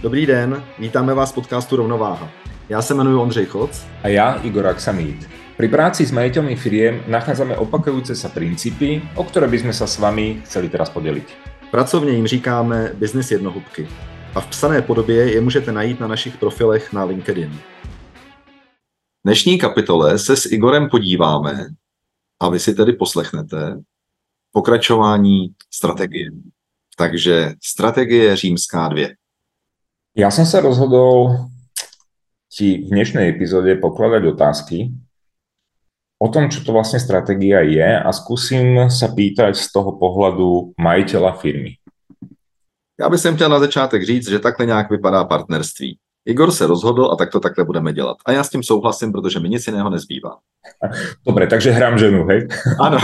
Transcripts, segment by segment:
Dobrý den, vítáme vás v podcastu Rovnováha. Já se jmenuji Ondřej Choc. A ja, Igor Aksamit. Pri práci s majiteľmi firiem nachádzame opakujúce sa princípy, o ktoré by sme sa s vami chceli teraz podeliť. Pracovně jim říkáme business jednohubky. A v psané podobě je můžete najít na našich profilech na LinkedIn. V dnešní kapitole se s Igorem podíváme, a vy si tedy poslechnete, pokračování strategie. Takže strategie římská 2. Ja som sa rozhodol ti v dnešnej epizóde pokladať otázky o tom, čo to vlastne stratégia je a skúsim sa pýtať z toho pohľadu majiteľa firmy. Já bych chtěl na začátek říct, že takhle nějak vypadá partnerství. Igor se rozhodl a tak to takhle budeme dělat. A já s tím souhlasím, protože mi nic jiného nezbývá. Dobre, takže hrám ženu, hej? Ano.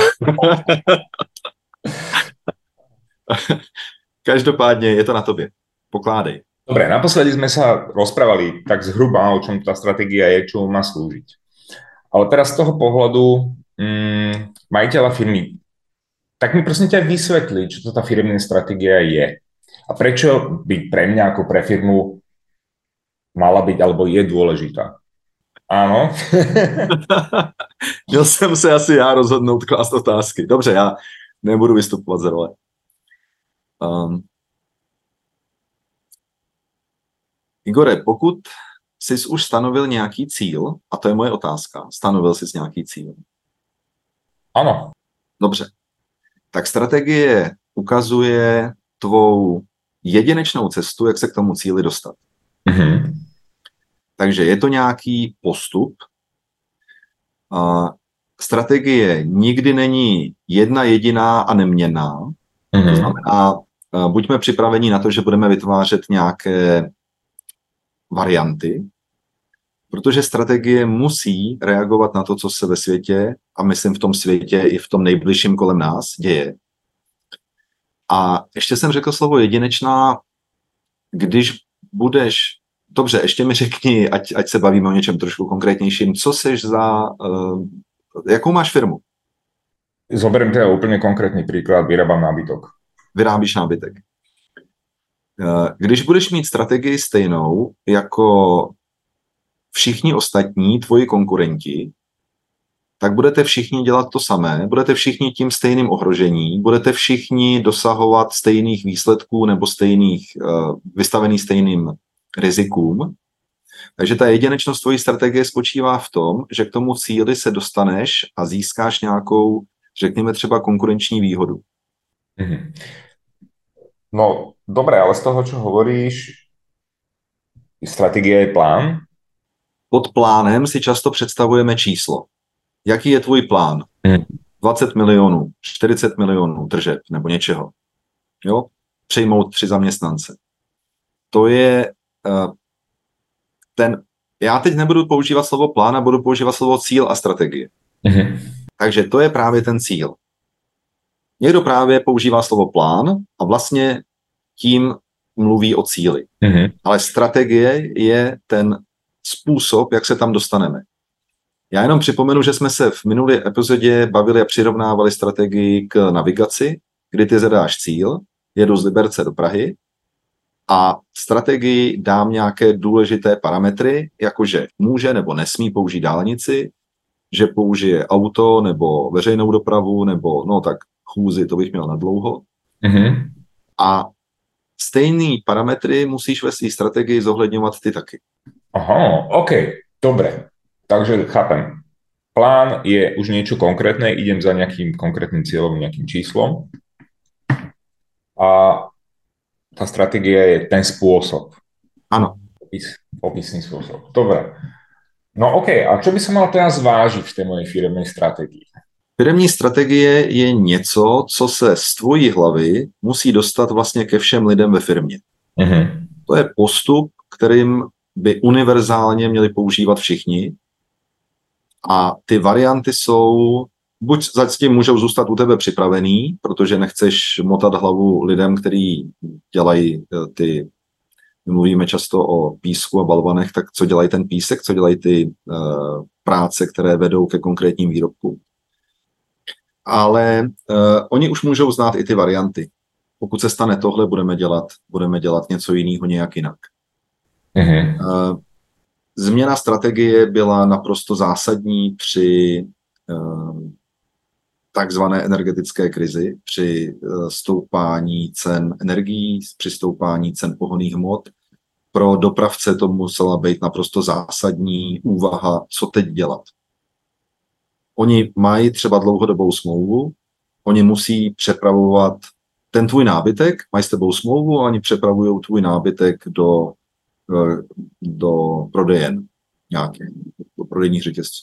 Každopádně je to na tobě. Pokládej. Dobre, naposledy sme sa rozprávali tak zhruba, o čom tá stratégia je, čo má slúžiť. Ale teraz z toho pohľadu majiteľa firmy, tak mi prosím ťa vysvetli, čo to tá firemná stratégia je. A prečo by pre mňa ako pre firmu mala byť, alebo je dôležitá. Áno. Měl jsem se asi já rozhodnout klást otázky. Dobře, já nebudu vystupovat z role. Igore, pokud jsi už stanovil nějaký cíl, a to je moje otázka, stanovil jsi nějaký cíl? Ano. Dobře. Tak strategie ukazuje tvou jedinečnou cestu, jak se k tomu cíli dostat. Mhm. Takže je to nějaký postup. Strategie nikdy není jedna jediná a neměnná. To znamená, buďme připraveni na to, že budeme vytvářet nějaké varianty, protože strategie musí reagovat na to, co se ve světě, a myslím v tom světě i v tom nejbližším kolem nás, děje. A ještě jsem řekl slovo jedinečná, když budeš... Dobře, ještě mi řekni, ať se bavíme o něčem trošku konkrétnějším, co seš za... jakou máš firmu? Zoberiem teda úplne konkrétny príklad, vyrábam nábytok. Vyrábíš nábytek. Když budeš mít strategii stejnou jako všichni ostatní tvoji konkurenti, tak budete všichni dělat to samé, budete všichni tím stejným ohrožení, budete všichni dosahovat stejných výsledků nebo vystavených stejným rizikům. Takže ta jedinečnost tvojí strategie spočívá v tom, že k tomu cíli se dostaneš a získáš nějakou, řekněme třeba konkurenční výhodu. Mhm. No, dobre, ale z toho, čo hovoríš, stratégia je plán? Pod plánem si často představujeme číslo. Jaký je tvůj plán? 20 milionů, 40 milionů tržeb nebo něčeho. Jo? Přijmout 3 zaměstnance. To je já teď nebudu používat slovo plán a budu používat slovo cíl a strategie. Takže to je právě ten cíl. Někdo právě používá slovo plán a vlastně tím mluví o cíli. Ale strategie je ten způsob, jak se tam dostaneme. Já jenom připomenu, že jsme se v minulé epizodě bavili a přirovnávali strategii k navigaci, kdy ty zadáš cíl, jedu z Liberce do Prahy a strategii dám nějaké důležité parametry, jakože může nebo nesmí použít dálnici, že použije auto nebo veřejnou dopravu nebo no tak chůzi, to bych měl na dlouho. A stejný parametry musíš ve své strategii zohledňovat ty taky. Aha, OK, dobre. Takže chápem. Plán je už niečo konkrétne, idem za nejakým konkrétnym cieľom, nejakým číslom. A tá stratégia je ten spôsob. Áno. Opisný spôsob. Dobre. No OK, a čo by som mal teraz vážiť v tej mojej firemnej stratégii? Firemní strategie je něco, co se z tvojí hlavy musí dostat vlastně ke všem lidem ve firmě. To je postup, kterým by univerzálně měli používat všichni. A ty varianty jsou, buď zatím můžou zůstat u tebe připravený, protože nechceš motat hlavu lidem, kteří dělají mluvíme často o písku a balvanech, tak co dělají ten písek, co dělají ty práce, které vedou ke konkrétním výrobkům. Ale oni už můžou znát i ty varianty. Pokud se stane tohle, budeme dělat něco jiného nějak jinak. Změna strategie byla naprosto zásadní při takzvané energetické krizi, při stoupání cen energií, při stoupání cen pohonných hmot. Pro dopravce to musela být naprosto zásadní úvaha, co teď dělat. Oni mají třeba dlouhodobou smlouvu, oni musí přepravovat ten tvůj nábytek, mají s tebou smlouvu a oni přepravují tvůj nábytek do prodejen nějaké, do prodejních řetězců.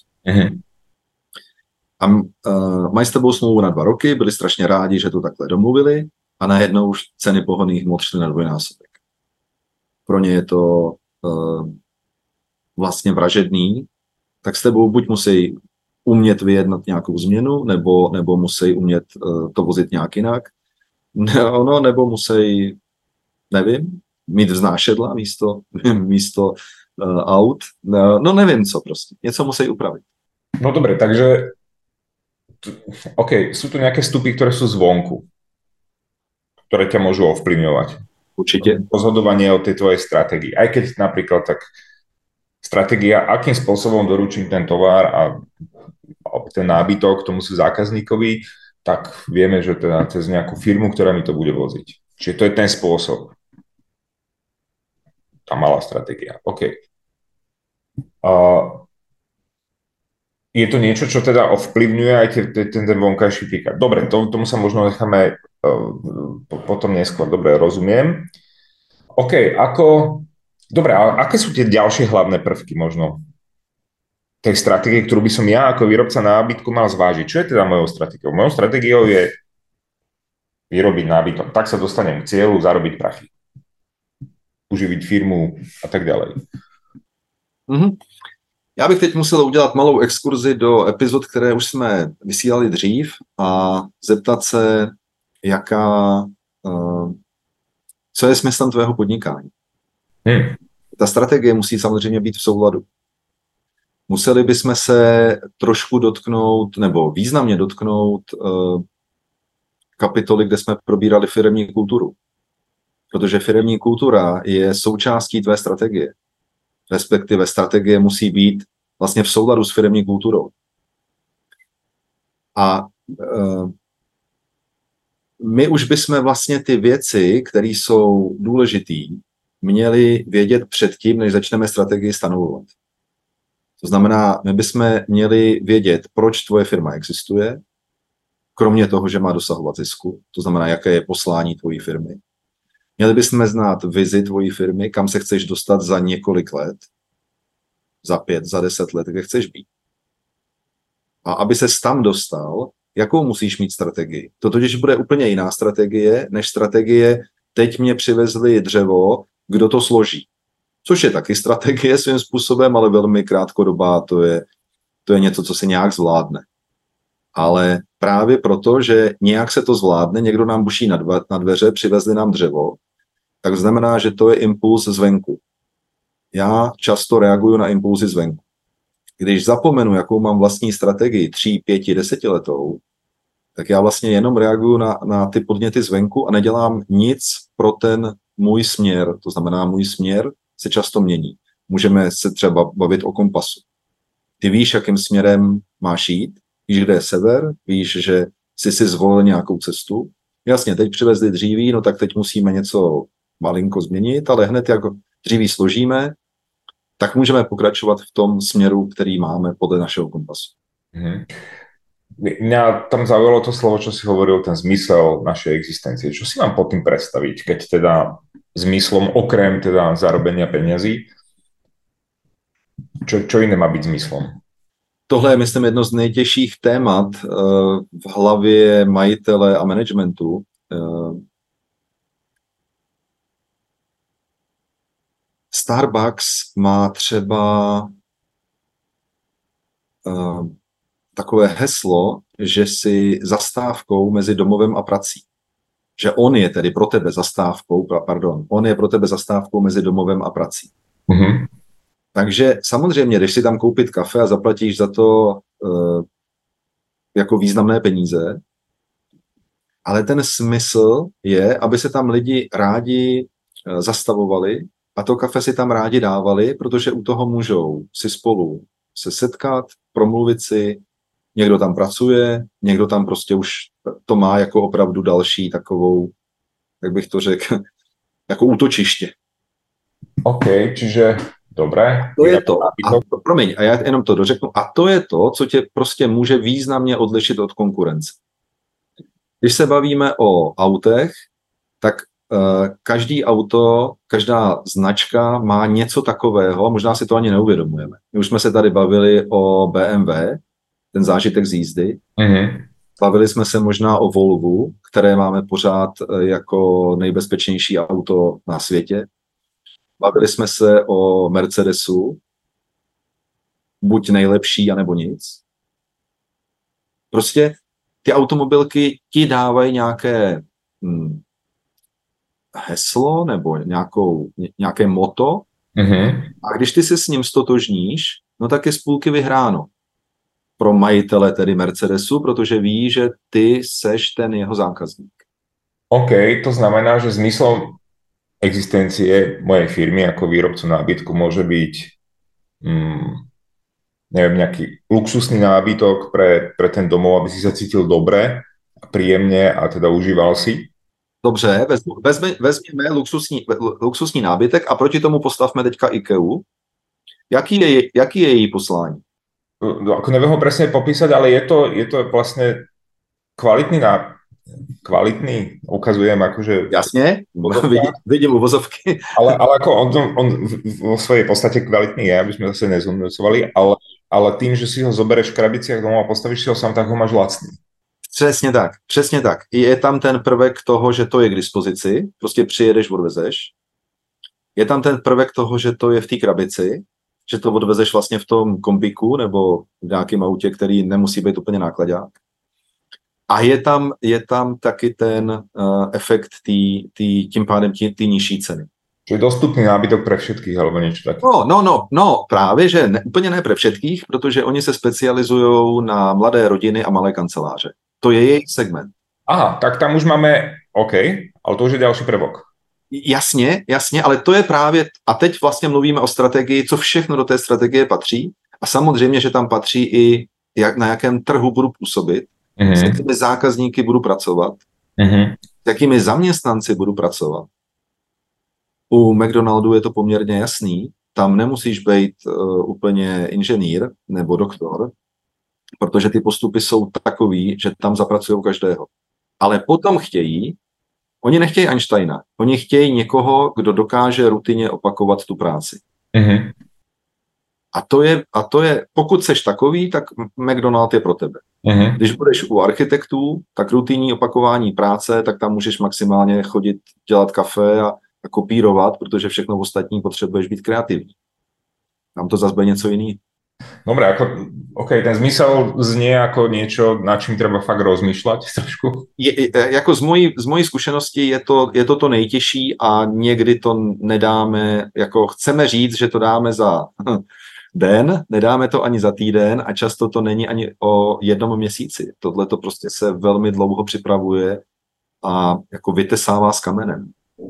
A mají s tebou smlouvu na 2 roky, byli strašně rádi, že to takhle domluvili a najednou už ceny pohonných hmot šly na 2násobek. Pro ně je to vlastně vražedný, tak s tebou buď musí umět vyjednat nějakou změnu, nebo musí umět to vozit nějak jinak, nebo musí, nevím, mít vznášedla místo aut, no nevím co prostě, něco musí upravit. No dobre, takže OK, sú tu nejaké vstupy, ktoré sú zvonku, ktoré ťa môžu ovplyvňovať. Určite. Rozhodovanie o tej tvojej stratégii. Aj keď napríklad tak stratégia, akým spôsobom doručím ten tovar a ten nábytok tomu sú zákazníkovi, tak vieme, že teda cez nejakú firmu, ktorá mi to bude voziť. Čiže to je ten spôsob. Tá malá stratégia. OK. Je to niečo, čo teda ovplyvňuje aj ten vonkajší týkať. Dobre, tomu sa možno necháme potom neskôr. Dobre, rozumiem. OK, dobre, ale aké sú tie ďalšie hlavné prvky možno tej stratégie, ktorú by som ja ako výrobca nábytku mal zvážiť? Čo je teda mojou stratégiou? Mojou stratégiou je vyrobiť nábytok. Tak sa dostanem k cieľu, zarobiť prachy. Uživiť firmu a tak ďalej. Já bych teď musel udělat malou exkurzi do epizod, které už jsme vysílali dřív a zeptat se, co je smyslem tvého podnikání. Ta strategie musí samozřejmě být v souladu. Museli bychom se trošku dotknout, nebo významně dotknout kapitoly, kde jsme probírali firemní kulturu. Protože firemní kultura je součástí tvé strategie. Respektive strategie musí být vlastně v souladu s firemní kulturou. A my už bychom vlastně ty věci, které jsou důležitý, měli vědět předtím, než začneme strategii stanovovat. To znamená, my bychom měli vědět, proč tvoje firma existuje, kromě toho, že má dosahovat zisku, to znamená, jaké je poslání tvojí firmy. Měli bychom znát vizi tvojí firmy, kam se chceš dostat za několik let, za 5, za 10 let, kde chceš být. A aby ses tam dostal, jakou musíš mít strategii? To totiž bude úplně jiná strategie, než strategie teď mě přivezli dřevo, kdo to složí. Což je taky strategie svým způsobem, ale velmi krátkodobá, to je něco, co se nějak zvládne. Ale právě proto, že nějak se to zvládne, někdo nám buší na dveře, přivezli nám dřevo, tak znamená, že to je impuls zvenku. Já často reaguju na impulzy zvenku. Když zapomenu, jakou mám vlastní strategii 3, 5, 10 letou, tak já vlastně jenom reaguju na ty podněty zvenku a nedělám nic pro ten můj směr. To znamená, můj směr se často mění. Můžeme se třeba bavit o kompasu. Ty víš, jakým směrem máš jít, víš, kde je sever, víš, že jsi si zvolil nějakou cestu. Jasně, teď přivezli dříví, no tak teď musíme něco malinko změnit, ale hned jako dříví složíme, tak můžeme pokračovat v tom směru, který máme podle našeho kompasu. Mňa tam zaujalo to slovo, čo si hovoril, ten zmysel našej existencie. Čo si mám pod tým predstaviť, keď teda zmyslom okrem teda zarobenia peňazí, čo iné má byť zmyslom? Tohle je, myslím, jedno z nejtěžších témat v hlavě majitele a managementu. Starbucks má třeba takové heslo, že si zastávkou mezi domovem a prací. Že on je tedy pro tebe zastávkou, on je pro tebe zastávkou mezi domovem a prací. Takže samozřejmě, když si tam koupit kafe a zaplatíš za to jako významné peníze, ale ten smysl je, aby se tam lidi rádi zastavovali, a to kafe si tam rádi dávali, protože u toho můžou si spolu se setkat, promluvit si, někdo tam pracuje, někdo tam prostě už to má jako opravdu další takovou, jak bych to řekl, jako útočiště. OK, čiže dobré. To je to. Promiň, a já jenom to dořeknu. A to je to, co tě prostě může významně odlišit od konkurence. Když se bavíme o autech, tak každý auto, každá značka má něco takového, možná si to ani neuvědomujeme. My už jsme se tady bavili o BMW, ten zážitek z jízdy. Mm-hmm. Bavili jsme se možná o Volvu, které máme pořád jako nejbezpečnější auto na světě. Bavili jsme se o Mercedesu, buď nejlepší, anebo nic. Prostě ty automobilky ti dávají nějaké heslo nebo nějaké motto, a když ty se s ním stotožníš, no tak je z půlky vyhráno pro majitele tedy Mercedesu, protože ví, že ty seš ten jeho zákazník. OK, to znamená, že zmyslom existencie mojej firmy ako výrobcu nábytku môže byť neviem, nejaký luxusný nábytok pre ten domov, aby si sa cítil dobre a príjemne a teda užíval si. Dobře, vezměme luxusní nábytek a proti tomu postavme teďka IKEA. Jaký je její poslání? Ako neviem ho presne popísať, ale je to vlastne kvalitný, ukazujem akože... Jasne, vidím uvozovky. Ale ako on vo svojej podstate kvalitný je, aby sme zase nezhodnocovali, ale tým, že si ho zobereš v krabiciach domov a postavíš si ho sám, tak ho máš lacný. Přesně tak. Je tam ten prvek toho, že to je k dispozici, prostě přijedeš, odvezeš. Je tam ten prvek toho, že to je v té krabici, že to odvezeš vlastně v tom kombiku nebo v nějakém autě, který nemusí být úplně nákladák. A je tam taky ten efekt tím pádem ty nižší ceny. Čiže dostupný nábytok pre všetkých, alebo niečo také. No, právě, že úplně ne pre všetkých, protože oni se specializují na mladé rodiny a malé kanceláře. To je jejich segment. Aha, tak tam už máme, OK, ale to už je ďalší prvok. Jasně, ale to je právě, a teď vlastně mluvíme o strategii, co všechno do té strategie patří, a samozřejmě, že tam patří i na jakém trhu budu působit, s jakými zákazníky budu pracovat, s jakými zaměstnanci budu pracovat. U McDonaldu je to poměrně jasný, tam nemusíš být úplně inženýr nebo doktor, protože ty postupy jsou takový, že tam zapracují každého. Ale potom oni nechtějí Einsteina, oni chtějí někoho, kdo dokáže rutině opakovat tu práci. A to je, pokud seš takový, tak McDonald je pro tebe. Když budeš u architektů, tak rutinní opakování práce, tak tam můžeš maximálně chodit, dělat kafe a kopírovat, protože všechno ostatní potřebuješ být kreativní. Tam to zase bude něco jiný. Dobre, ten zmysel znie ako niečo, nad čím treba fakt rozmýšľať trošku. Jako z mojí zkušenosti je to nejtěžší a někdy to nedáme, jako chceme říct, že to dáme za den, nedáme to ani za týden a často to není ani o jednom měsíci. Tohle to prostě se velmi dlouho připravuje a jako vytesává s kamenem.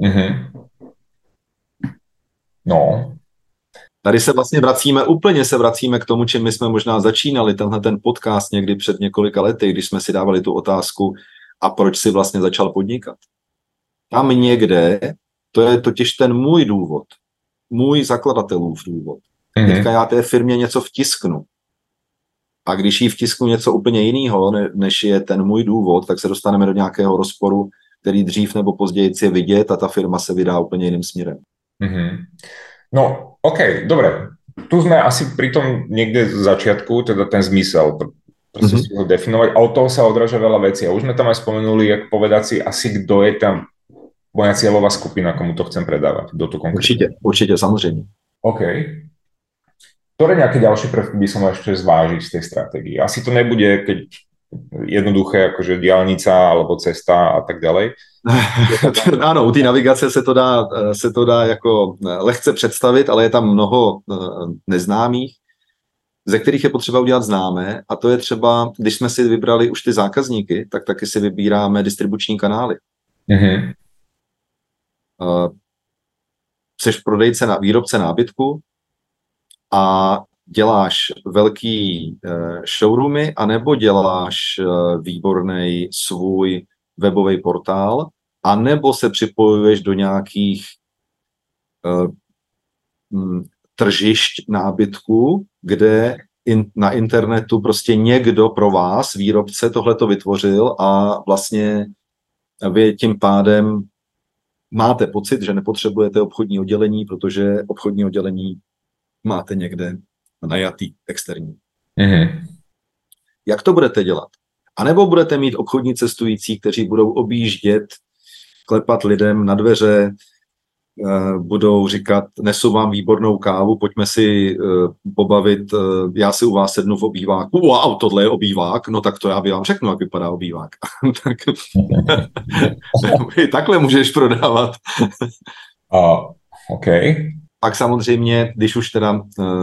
No. Tady se vlastně vracíme k tomu, čím my jsme možná začínali ten podcast někdy před několika lety, když jsme si dávali tu otázku, a proč si vlastně začal podnikat. Tam někde, to je totiž ten můj důvod, můj zakladatelův důvod. Teďka já té firmě něco vtisknu. A když jí vtisknu něco úplně jiného, než je ten můj důvod, tak se dostaneme do nějakého rozporu, který dřív nebo později je vidět a ta firma se vydá úplně jiným směrem. No, OK, dobre. Tu sme asi pri tom niekde z začiatku, teda ten zmysel, proste si ho definovať, a od toho sa odráža veľa vecí. A už sme tam aj spomenuli, jak povedať si asi, kto je tam moja cieľová skupina, komu to chcem predávať. Určite, samozrejme. OK. Ktoré nejaké ďalšie prvky by som mal ešte zvážiť z tej stratégii? Asi to nebude, keď jednoduché, akože diaľnica alebo cesta a tak ďalej. Ano, u té navigace se to dá jako lehce představit, ale je tam mnoho neznámých, ze kterých je potřeba udělat známé, a to je třeba, když jsme si vybrali už ty zákazníky, tak taky si vybíráme distribuční kanály. Jseš prodejce na výrobce nábytku a děláš velký showroomy, anebo děláš výborný svůj webový portál, anebo se připojuješ do nějakých tržišť nábytku, kde na internetu prostě někdo pro vás, výrobce, tohleto vytvořil a vlastně vy tím pádem máte pocit, že nepotřebujete obchodní oddělení, protože obchodní oddělení máte někde najatý externí. Jak to budete dělat? A nebo budete mít obchodní cestující, kteří budou objíždět, klepat lidem na dveře, budou říkat, nesu vám výbornou kávu, pojďme si pobavit, já si u vás sednu v obýváku, wow, tohle je obývák, no tak to já vám řeknu, jak vypadá obývák. Tak, takhle můžeš prodávat. OK. Pak samozřejmě, když už teda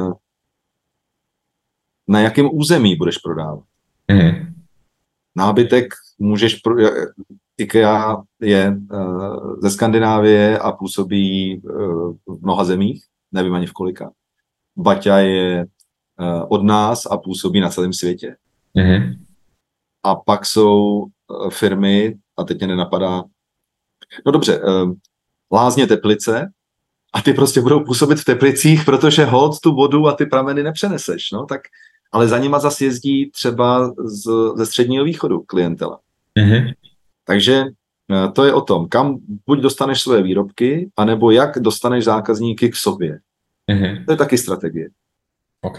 na jakém území budeš prodávat. Nábytek můžeš, IKEA je ze Skandinávie a působí v mnoha zemích, nevím ani v kolika. Baťa je od nás a působí na celém světě. A pak jsou firmy, a teď mě nenapadá, no dobře, Lázně Teplice, a ty prostě budou působit v Teplicích, protože holt tu vodu a ty prameny nepřeneseš, no, tak, ale za nima zase jezdí třeba ze Středního východu klientela. Takže to je o tom, kam buď dostaneš své výrobky, anebo jak dostaneš zákazníky k sobě. To je taky strategie. OK.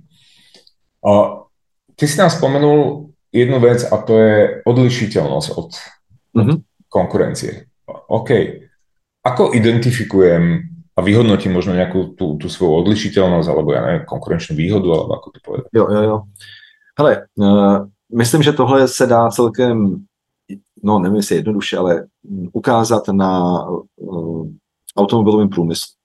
Ty si nám spomenul jednu vec a to je odlišiteľnosť od konkurencie. OK. Ako identifikujem a vyhodnotím možno nejakú tú svoju odlišiteľnosť, alebo ja neviem, konkurenčnú výhodu, alebo ako to povedať? Jo. Hele, myslím, že tohle se dá celkem, no nevím, jestli jednoduše, ale ukázat na automobilovém průmyslu.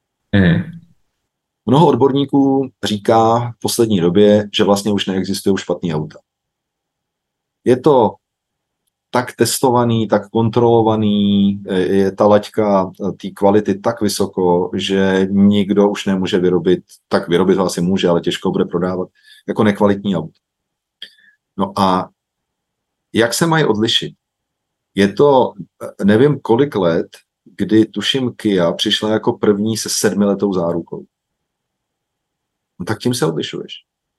Mnoho odborníků říká v poslední době, že vlastně už neexistují špatný auta. Je to tak testovaný, tak kontrolovaný, je ta laťka té kvality tak vysoko, že nikdo už nemůže vyrobit ho asi může, ale těžko bude prodávat jako nekvalitní auto. No a jak se mají odlišit? Je to, nevím kolik let, kdy tuším Kia přišla jako první se 7letou zárukou. No tak tím se odlišuješ.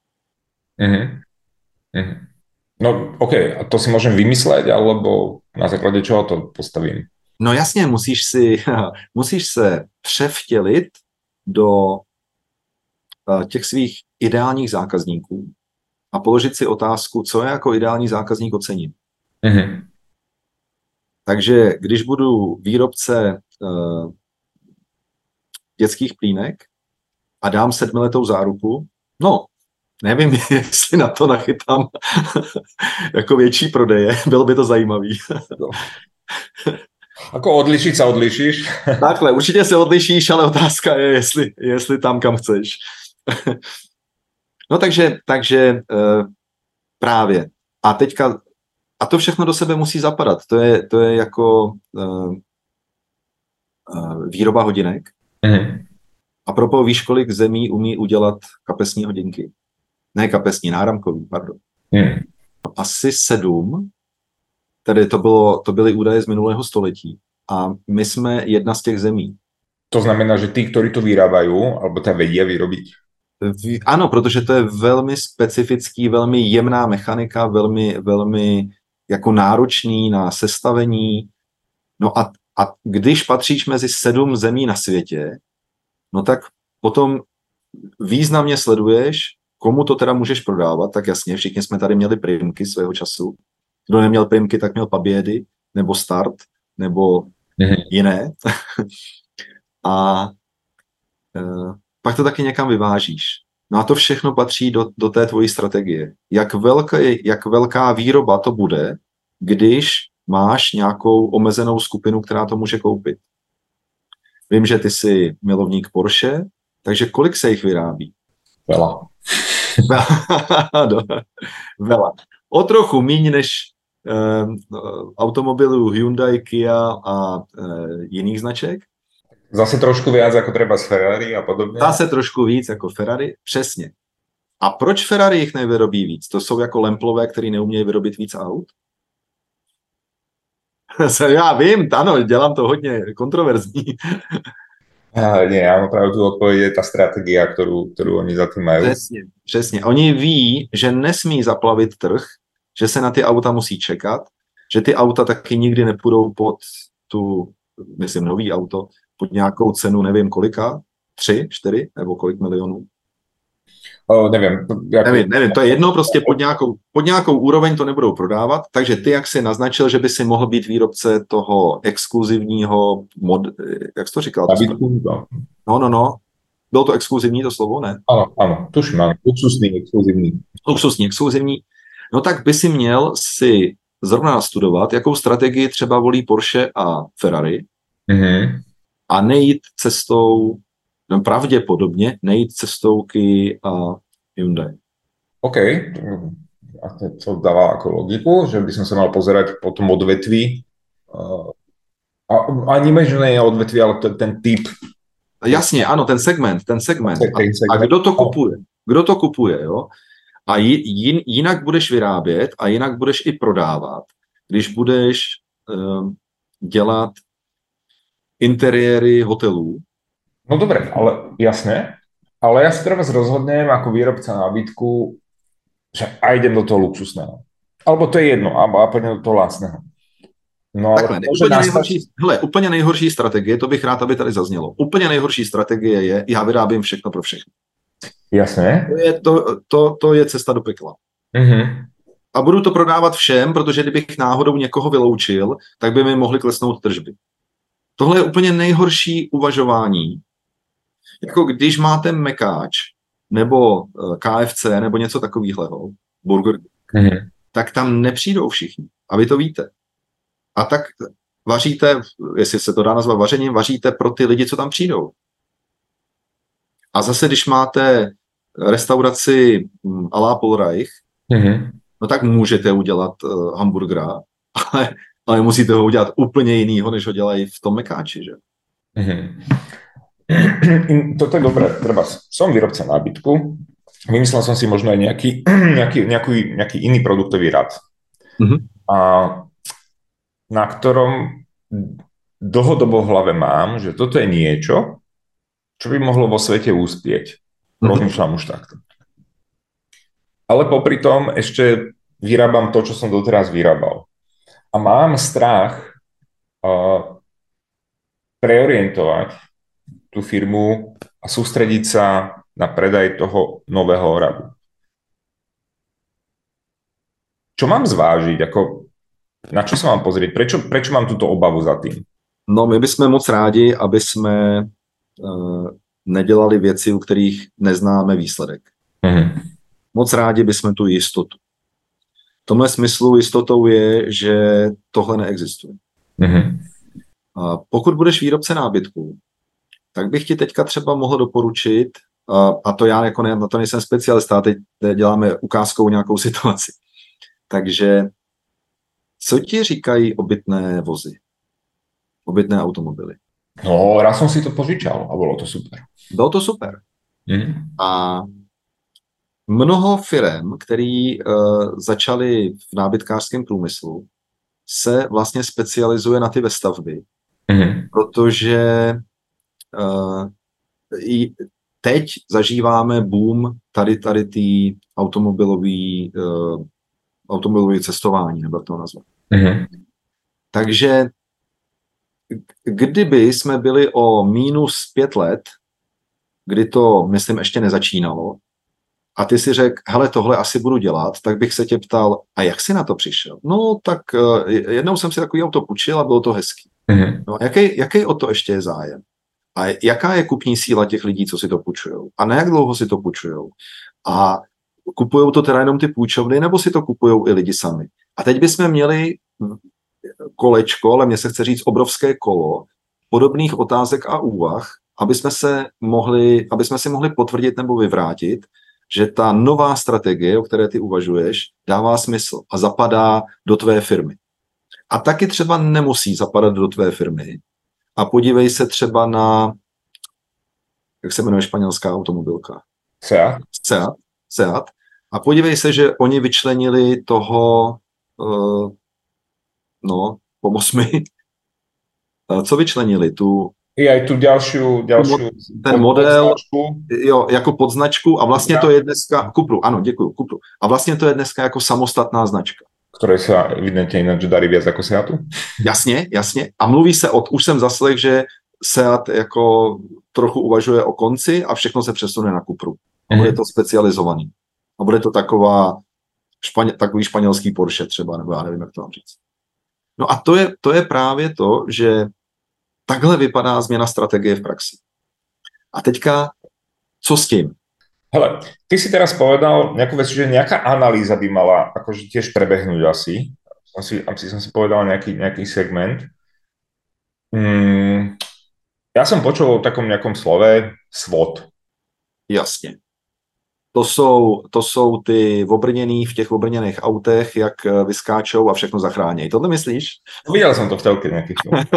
No OK, a to si môžem vymysleť, alebo na základe čoho to postavím? No jasně, musíš se převtělit do těch svých ideálních zákazníků a položit si otázku, co já jako ideální zákazník ocením. Takže když budu výrobce dětských plínek a dám 7letou záruku, no, nevím, jestli na to nachytám jako větší prodeje, bylo by to zajímavý. Ako odlišiť sa odlišíš? Takhle, určitě se odlišíš, ale otázka je, jestli tam, kam chceš. No takže právě. A teďka, a to všechno do sebe musí zapadat. To je jako výroba hodinek. A propo, víš, kolik zemí umí udělat kapesní hodinky? Ne kapesní, náramkový, pardon. Asi 7. Tedy to byly údaje z minulého století. A my jsme jedna z těch zemí. To znamená, že tí, ktorí to vyrábajú, alebo to vedia vyrobiť? Ano, protože to je velmi specifický, velmi jemná mechanika, velmi jako náročný na sestavení. No a když patříš mezi 7 zemí na světě, no tak potom významně sleduješ, komu to teda můžeš prodávat, tak jasně, všichni jsme tady měli Primky svého času. Kdo neměl Primky, tak měl Pabědy, nebo Start, nebo jiné. A pak to taky někam vyvážíš. No a to všechno patří do té tvojí strategie. Jak velká výroba to bude, když máš nějakou omezenou skupinu, která to může koupit. Vím, že ty jsi milovník Porsche, takže kolik se jich vyrábí? Vela. O trochu míň než automobilů Hyundai, Kia a jiných značek. Zase trošku viac ako treba z Ferrari a podobně. Zase trošku víc jako Ferrari, přesně. A proč Ferrari jich nevyrobí víc? To jsou jako Lemplové, který neumějí vyrobit víc aut? Já vím, ano, dělám to hodně kontroverzní. Nie, ja mám práve tu odpoveď, je tá stratégia, ktorú oni za tým majú. Přesně, přesně. Oni ví, že nesmí zaplavit trh, že se na ty auta musí čekat, že ty auta taky nikdy nepůjdou pod tu, myslím, nový auto, pod nějakou cenu, nevím kolika, 3, 4 nebo kolik milionů. Nevím. Nevím, to je jedno, prostě pod nějakou úroveň to nebudou prodávat, takže ty, jak jsi naznačil, že by si mohl být výrobce toho exkluzivního jak jsi to říkal? No. Bylo to exkluzivní to slovo, ne? Ano, tuším, ano. Luxusní, exkluzivní. No tak by si měl si zrovna nastudovat, jakou strategii třeba volí Porsche a Ferrari a nejít cestou, no pravděpodobně nejít cestou Kia a Hyundai. OK, a to dáva ako logiku, že by som sa mal pozerať po tom odvetví. A ani možno nie odvetví, ale ten typ. Jasně, ano, ten segment. A kdo to kupuje? Kdo to kupuje, jo? A jinak budeš vyrábět a jinak budeš i prodávat, když budeš dělat interiéry hotelů. No dobre, ale jasne. Ale ja si teraz rozhodnem ako výrobca nábytku, že a idem do toho luxusného. Alebo to je jedno, a pôjdem do toho lacného. No, takhle, úplně nejhorší strategie, to bych rád, aby tady zaznělo. Úplně nejhorší strategie je, já vyrábím všechno pro všechny. Jasné. To je cesta do pekla. A budu to prodávat všem, protože kdybych náhodou někoho vyloučil, tak by mi mohly klesnout tržby. Tohle je úplně nejhorší uvažování. Jako když máte Mekáč nebo KFC nebo něco takového, burger, tak tam nepřijdou všichni. A vy to víte. A tak vaříte, jestli se to dá nazvat vařením, vaříte pro ty lidi, co tam přijdou. A zase, když máte restauraci à la Paul Reich, no tak můžete udělat hamburgera, ale musíte ho udělat úplně jinýho, než ho dělají v tom Mekáči, že? Toto je dobré, treba. Som výrobca nábytku, vymyslel som si možno aj nejaký iný produktový rad. A na ktorom dlhodobo v hlave mám, že toto je niečo, čo by mohlo vo svete úspieť. Rozmýšľam už takto. Ale popri tom ešte vyrábam to, čo som doteraz vyrábal. A mám strach preorientovať tú firmu a sústrediť sa na predaj toho nového radu. Čo mám zvážiť? Na čo sa mám pozrieť? Prečo mám túto obavu za tým? No, my bychom moc rádi, aby jsme nedělali věci, u kterých neznáme výsledek. Moc rádi bychom tu jistotu. V tomhle smyslu jistotou je, že tohle neexistuje. A pokud budeš výrobce nábytku, tak bych ti teďka třeba mohl doporučit, a to já jako na to nejsem specialista, teď děláme ukázkou nějakou situaci. Takže co ti říkají obytné vozy? Obytné automobily? No, raz som si to požičal a bolo to super. Bylo to super. A mnoho firem, který začaly v nábytkářském průmyslu, se vlastně specializuje na ty vestavby, protože teď zažíváme boom tady ty automobilové cestování, nebo jak to nazvat. Takže kdyby jsme byli o -5 let, kdy to, myslím, ještě nezačínalo, a ty si řekl, hele, tohle asi budu dělat, tak bych se tě ptal, a jak jsi na to přišel? No, tak jednou jsem si takový auto půjčil a bylo to hezký. No, jaký o to ještě je zájem? A jaká je kupní síla těch lidí, co si to půjčujou? A na jak dlouho si to půjčujou? A kupujou to teda jenom ty půjčovny, nebo si to kupujou i lidi sami? A teď bychom měli kolečko, ale mně se chce říct obrovské kolo podobných otázek a úvah, aby jsme si mohli potvrdit nebo vyvrátit, že ta nová strategie, o které ty uvažuješ, dává smysl a zapadá do tvé firmy. A taky třeba nemusí zapadat do tvé firmy, a podívej se třeba na, jak se jmenuje španělská automobilka? Seat. A podívej se, že oni vyčlenili toho, pomoz mi, co vyčlenili? I aj tu ďalšiu ten model, jo, jako podznačku a vlastně to je dneska, Cupru, ano, děkuju, Cupru. A vlastně to je dneska jako samostatná značka. Ktoré sa evidentne ináč darí viac ako Seatu? Jasně. A mluví se už jsem zaslech, že Seat jako trochu uvažuje o konci a všechno se přesune na Cupru. A bude to specializovaný. A bude to takový španělský Porsche třeba, nebo já nevím, jak to mám říct. No a to je právě to, že takhle vypadá změna strategie v praxi. A teďka, co s tím? Hele, ty si teraz povedal nejakú vec, že nejaká analýza by mala akože tiež prebehnúť asi. Som si povedal nejaký segment. Ja som počul o takom nejakom slove SWOT. Jasně. To jsou ty obrněný v těch obrněných autech, jak vyskáčou a všechno zachránějí. Tohle myslíš? Viděl jsem to v telke nějakých.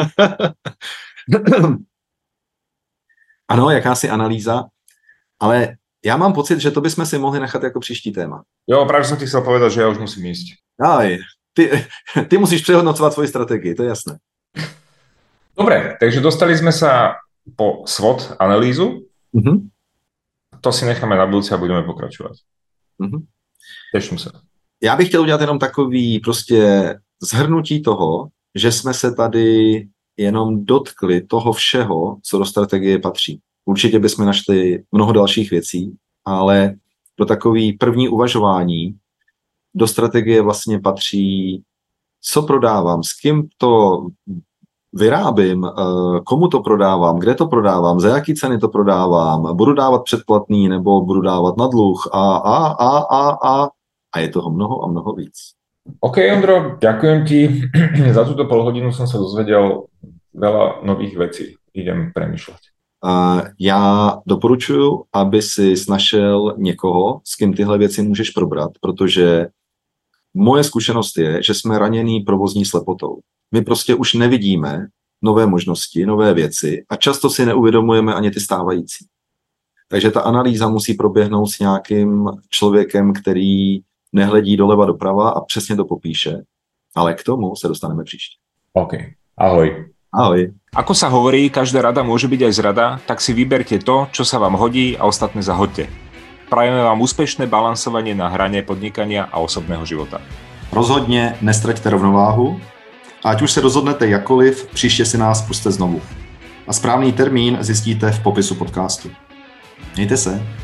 Ano, jakási analýza, ale já mám pocit, že to bychom si mohli nechat jako příští téma. Jo, právě jsem ti chcel povedať, že já už musím ísť. Ty musíš přehodnocovat svoji strategii, to je jasné. Dobre, takže dostali sme sa po SWOT analýzu. To si necháme na budúce a budeme pokračovať. Teším sa. Já bych chtěl udělat jenom takový prostě shrnutí toho, že jsme se tady jenom dotkli toho všeho, co do strategie patří. Určitě bychom našli mnoho dalších věcí, ale pro takový první uvažování do strategie vlastně patří, co prodávám, s kým to vyrábím, komu to prodávám, kde to prodávám, za jaký ceny to prodávám, budu dávat předplatný nebo budu dávat na dluh a je toho mnoho a mnoho víc. OK, Ondro, ďakujem ti. Za túto polhodinu som sa dozvedel veľa nových vecí. Idem premýšľať. Já doporučuji, aby si našel někoho, s kým tyhle věci můžeš probrat, protože moje zkušenost je, že jsme ranění provozní slepotou. My prostě už nevidíme nové možnosti, nové věci a často si neuvědomujeme ani ty stávající. Takže ta analýza musí proběhnout s nějakým člověkem, který nehledí doleva doprava a přesně to popíše, ale k tomu se dostaneme příště. OK, ahoj. Ahoj. Ako sa hovorí, každá rada môže byť aj zrada, tak si vyberte to, čo sa vám hodí a ostatné zahoďte. Prajeme vám úspešné balansovanie na hrane podnikania a osobného života. Rozhodně nestraťte rovnováhu a ať už se rozhodnete jakkoliv, příště si nás pusťte znovu. A správný termín zjistíte v popisu podcastu. Mějte se.